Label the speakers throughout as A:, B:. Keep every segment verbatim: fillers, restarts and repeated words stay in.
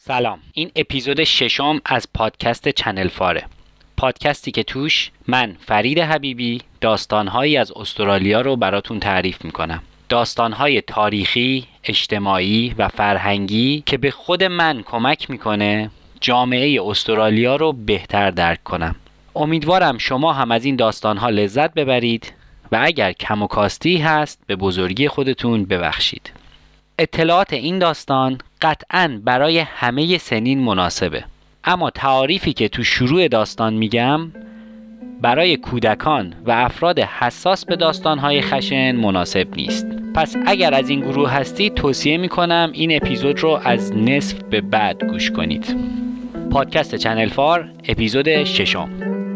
A: سلام، این اپیزود ششم از پادکست چنل فاره. پادکستی که توش من فرید حبیبی داستانهایی از استرالیا رو براتون تعریف میکنم. داستانهای تاریخی، اجتماعی و فرهنگی که به خود من کمک میکنه جامعه استرالیا رو بهتر درک کنم. امیدوارم شما هم از این داستانها لذت ببرید و اگر کم و کاستی هست به بزرگی خودتون ببخشید. اطلاعات این داستان قطعاً برای همه سنین مناسبه، اما تعاریفی که تو شروع داستان میگم برای کودکان و افراد حساس به داستانهای خشن مناسب نیست. پس اگر از این گروه هستید توصیه میکنم این اپیزود رو از نصف به بعد گوش کنید. پادکست چنل فار، اپیزود ششم.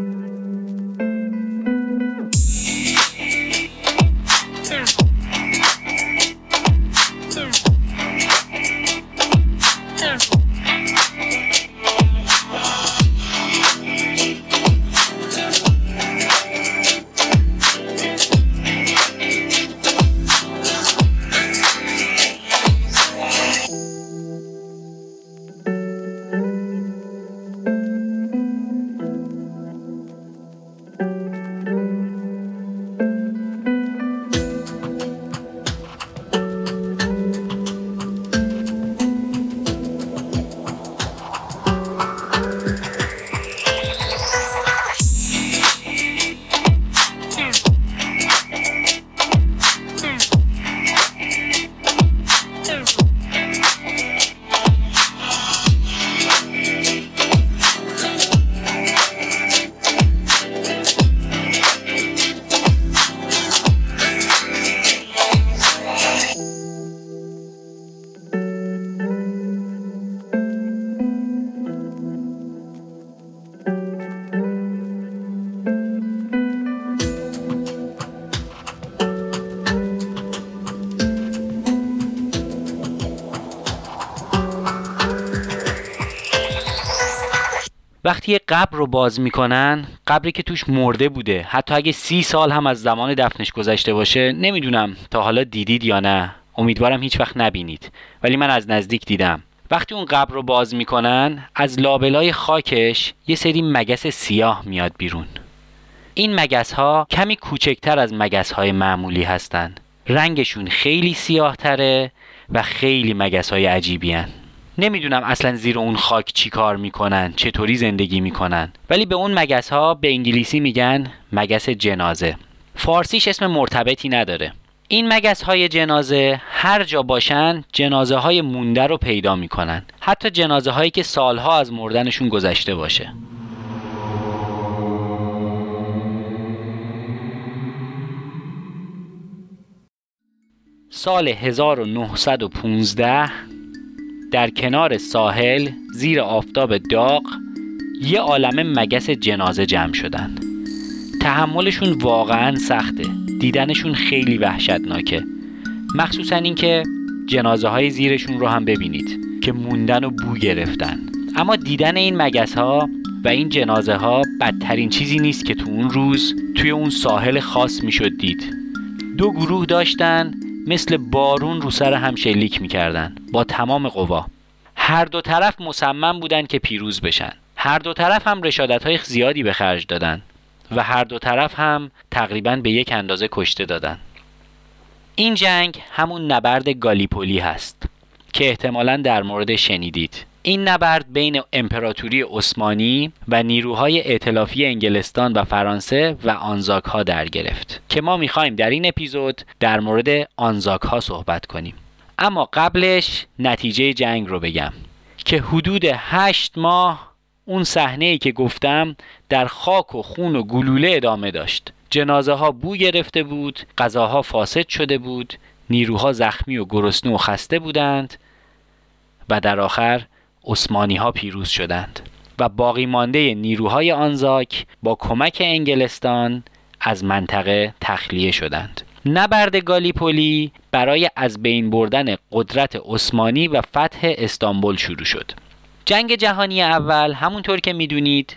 A: وقتی یه قبر رو باز میکنن، قبری که توش مرده بوده، حتی اگه سی سال هم از زمان دفنش گذشته باشه، نمیدونم تا حالا دیدید یا نه، امیدوارم هیچ وقت نبینید، ولی من از نزدیک دیدم. وقتی اون قبر رو باز میکنن، از لابلای خاکش یه سری مگس سیاه میاد بیرون. این مگس ها کمی کوچکتر از مگس های معمولی هستن. رنگشون خیلی سیاه تره و خیلی مگس های عجیبی هن. نمیدونم اصلا زیر اون خاک چی کار میکنن، چطوری زندگی میکنن، ولی به اون مگس ها به انگلیسی میگن مگس جنازه. فارسیش اسم مرتبطی نداره. این مگس های جنازه هر جا باشن جنازه های مونده رو پیدا میکنن، حتی جنازه هایی که سالها از مردنشون گذشته باشه. سال هزار و نهصد و پانزده در کنار ساحل زیر آفتاب داغ یه عالمه مگس جنازه جمع شدن. تحملشون واقعا سخته، دیدنشون خیلی وحشتناکه، مخصوصا این که جنازه های زیرشون رو هم ببینید که موندن و بو گرفتن. اما دیدن این مگس ها و این جنازه ها بدترین چیزی نیست که تو اون روز توی اون ساحل خاص میشد دید. دو گروه داشتن مثل بارون رو سر هم شلیک میکردن با تمام قوا. هر دو طرف مصمم بودن که پیروز بشن. هر دو طرف هم رشادت‌های زیادی به خرج دادن و هر دو طرف هم تقریباً به یک اندازه کشته دادن. این جنگ همون نبرد گالیپولی هست که احتمالاً در مورد شنیدید. این نبرد بین امپراتوری عثمانی و نیروهای ائتلافی انگلستان و فرانسه و آنزاک ها در گرفت که ما میخوایم در این اپیزود در مورد آنزاک ها صحبت کنیم. اما قبلش نتیجه جنگ رو بگم که حدود هشت ماه اون صحنه‌ای که گفتم در خاک و خون و گلوله ادامه داشت. جنازه ها بو گرفته بود، غذاها فاسد شده بود، نیروها زخمی و گرسنه و خسته بودند و در آخر عثمانی ها پیروز شدند و باقی مانده نیروهای آنزاک با کمک انگلستان از منطقه تخلیه شدند. نبرد گالیپولی برای از بین بردن قدرت عثمانی و فتح استانبول شروع شد. جنگ جهانی اول همونطور که میدونید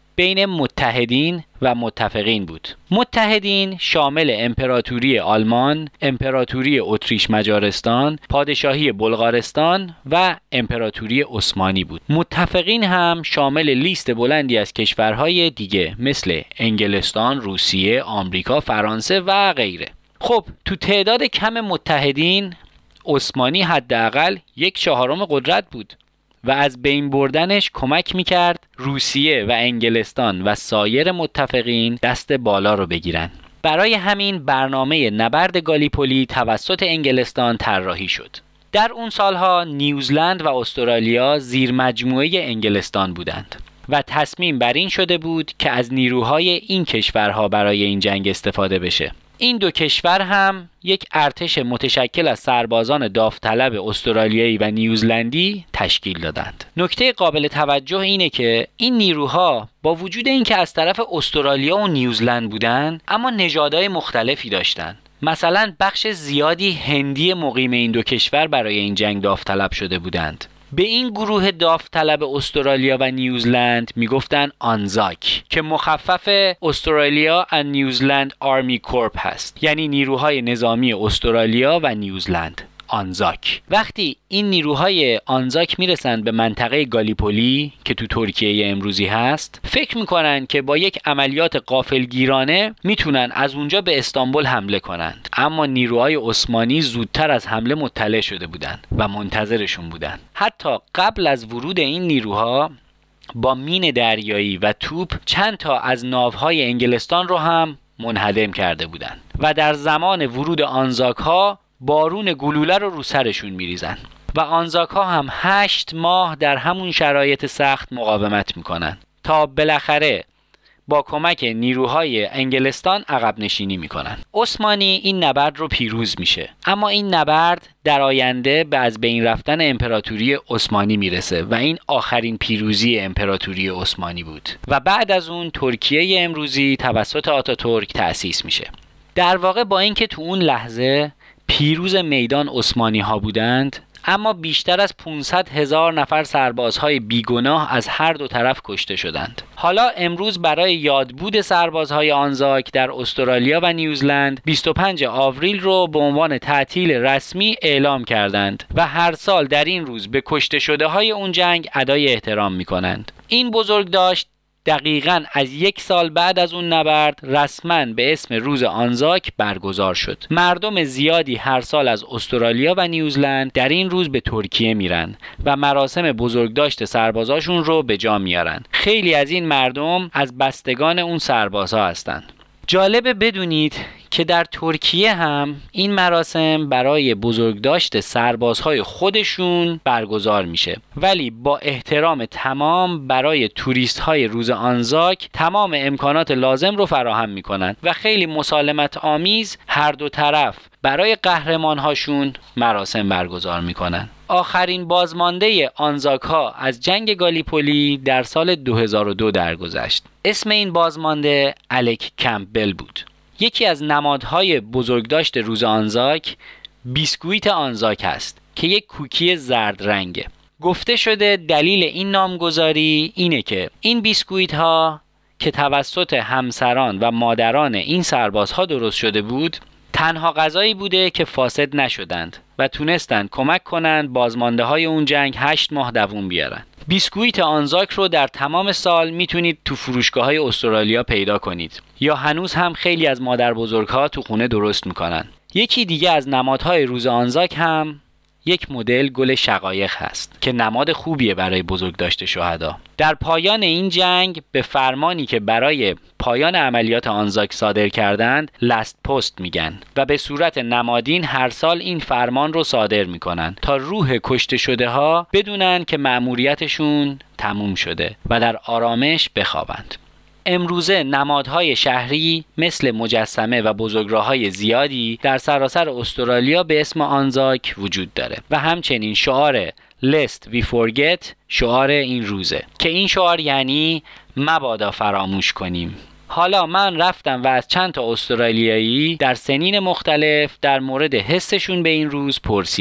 A: بین متحدین و متفقین بود. متحدین شامل امپراتوری آلمان، امپراتوری اتریش مجارستان، پادشاهی بلغارستان و امپراتوری عثمانی بود. متفقین هم شامل لیست بلندی از کشورهای دیگه مثل انگلستان، روسیه، آمریکا، فرانسه و غیره. خب تو تعداد کم متحدین عثمانی حداقل یک چهارم قدرت بود و از بین بردنش کمک میکرد روسیه و انگلستان و سایر متفقین دست بالا رو بگیرن. برای همین برنامه نبرد گالیپولی توسط انگلستان طراحی شد. در اون سالها نیوزلند و استرالیا زیر مجموعه انگلستان بودند و تصمیم بر این شده بود که از نیروهای این کشورها برای این جنگ استفاده بشه. این دو کشور هم یک ارتش متشکل از سربازان داوطلب استرالیایی و نیوزلندی تشکیل دادند. نکته قابل توجه اینه که این نیروها با وجود اینکه از طرف استرالیا و نیوزلند بودند، اما نژادهای مختلفی داشتند. مثلا بخش زیادی هندی مقیم این دو کشور برای این جنگ داوطلب شده بودند. به این گروه داوطلب استرالیا و نیوزلند میگفتن آنزاک که مخفف استرالیا اند نیوزلند آرمی کورپ هست، یعنی نیروهای نظامی استرالیا و نیوزلند. آنزاک. وقتی این نیروهای آنزاک میرسند به منطقه گالیپولی که تو ترکیه امروزی هست، فکر میکنن که با یک عملیات غافلگیرانه میتونن از اونجا به استانبول حمله کنند. اما نیروهای عثمانی زودتر از حمله مطلع شده بودند و منتظرشون بودند. حتی قبل از ورود این نیروها با مین دریایی و توپ چند تا از ناوهای انگلستان رو هم منهدم کرده بودند و در زمان ورود آنزاک ها بارون گلوله رو رو سرشون میریزن و آنزاک ها هم هشت ماه در همون شرایط سخت مقاومت میکنن تا بالاخره با کمک نیروهای انگلستان عقب نشینی میکنن. عثمانی این نبرد رو پیروز میشه، اما این نبرد در آینده به از بین رفتن امپراتوری عثمانی میرسه و این آخرین پیروزی امپراتوری عثمانی بود و بعد از اون ترکیه امروزی توسط آتاتورک تأسیس میشه. در واقع با اینکه تو اون لحظه پیروز میدان عثمانی ها بودند، اما بیشتر از پانصد هزار نفر سربازهای بیگناه از هر دو طرف کشته شدند. حالا امروز برای یادبود سربازهای آنزاک در استرالیا و نیوزلند بیست و پنجم آوریل رو به عنوان تعطیل رسمی اعلام کردند و هر سال در این روز به کشته شده های اون جنگ ادای احترام می کنند. این بزرگداشت دقیقاً از یک سال بعد از اون نبرد رسماً به اسم روز آنزاک برگزار شد. مردم زیادی هر سال از استرالیا و نیوزلند در این روز به ترکیه میرن و مراسم بزرگداشت سربازاشون رو به جا میارن. خیلی از این مردم از بستگان اون سربازها هستند. جالبه بدونید که در ترکیه هم این مراسم برای بزرگداشت سربازهای خودشون برگزار میشه، ولی با احترام تمام برای توریست های روز آنزاک تمام امکانات لازم رو فراهم میکنن و خیلی مسالمت آمیز هر دو طرف برای قهرمان هاشون مراسم برگزار میکنن. آخرین بازمانده آنزاک ها از جنگ گالیپولی در سال دو هزار و دو درگذشت. اسم این بازمانده الک کمپبل بود. یکی از نمادهای بزرگداشت روز آنزاک بیسکویت آنزاک است که یک کوکی زرد رنگه. گفته شده دلیل این نامگذاری اینه که این بیسکویت ها که توسط همسران و مادران این سربازها درست شده بود تنها غذایی بوده که فاسد نشدند و تونستند کمک کنند بازمانده های اون جنگ هشت ماه دوام بیارن. بیسکویت آنزاک رو در تمام سال میتونید تو فروشگاه های استرالیا پیدا کنید یا هنوز هم خیلی از مادر بزرگها تو خونه درست میکنن. یکی دیگه از نمادهای روز آنزاک هم یک مدل گل شقایق هست که نماد خوبیه برای بزرگداشت شهدا. در پایان این جنگ به فرمانی که برای پایان عملیات آنزاک صادر کردند لست پست میگن و به صورت نمادین هر سال این فرمان رو صادر میکنن تا روح کشته شده ها بدونن که مأموریتشون تموم شده و در آرامش بخوابند. امروزه نمادهای شهری مثل مجسمه و بزرگراه‌های زیادی در سراسر استرالیا به اسم آنزاک وجود داره و همچنین شعار Lest we forget شعار این روزه که این شعار یعنی مبادا فراموش کنیم. حالا من رفتم و از چند تا استرالیایی در سنین مختلف در مورد حسشون به این روز پرسیدم.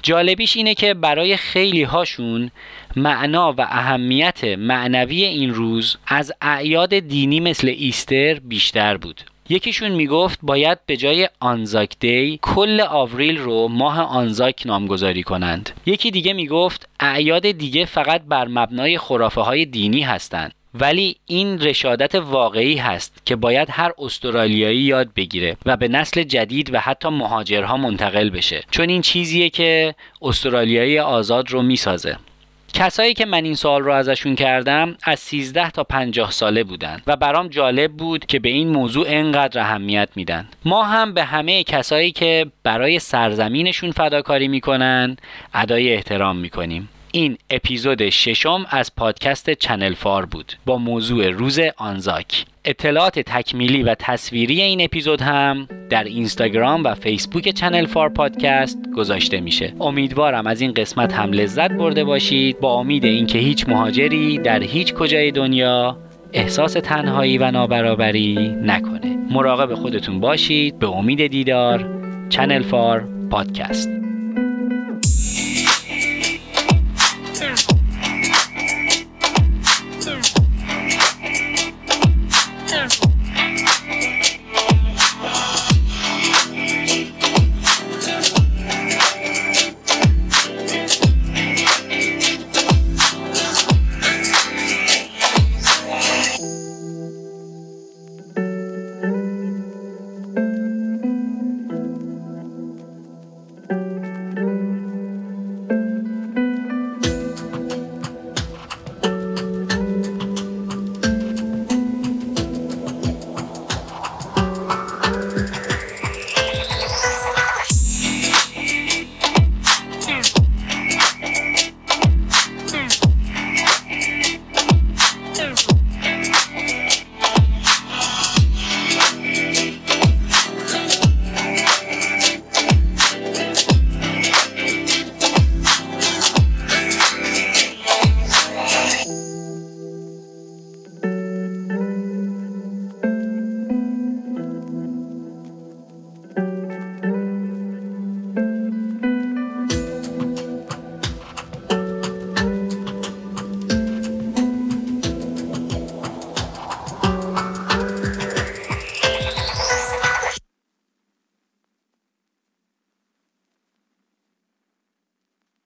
A: جالبیش اینه که برای خیلی هاشون معنا و اهمیت معنوی این روز از اعیاد دینی مثل ایستر بیشتر بود. یکیشون میگفت باید به جای آنزاک دی کل آوریل رو ماه آنزاک نامگذاری کنند. یکی دیگه میگفت اعیاد دیگه فقط بر مبنای خرافه های دینی هستند، ولی این رشادت واقعی هست که باید هر استرالیایی یاد بگیره و به نسل جدید و حتی مهاجرها منتقل بشه، چون این چیزیه که استرالیایی آزاد رو میسازه. کسایی که من این سوال رو ازشون کردم از سیزده تا پنجاه ساله بودن و برام جالب بود که به این موضوع انقدر اهمیت میدن. ما هم به همه کسایی که برای سرزمینشون فداکاری میکنن ادای احترام میکنیم. این اپیزود ششم از پادکست چنل فار بود با موضوع روز آنزاک. اطلاعات تکمیلی و تصویری این اپیزود هم در اینستاگرام و فیسبوک چنل فار پادکست گذاشته میشه. امیدوارم از این قسمت هم لذت برده باشید، با امید اینکه هیچ مهاجری در هیچ کجای دنیا احساس تنهایی و نابرابری نکنه. مراقب خودتون باشید. به امید دیدار. چنل فار پادکست.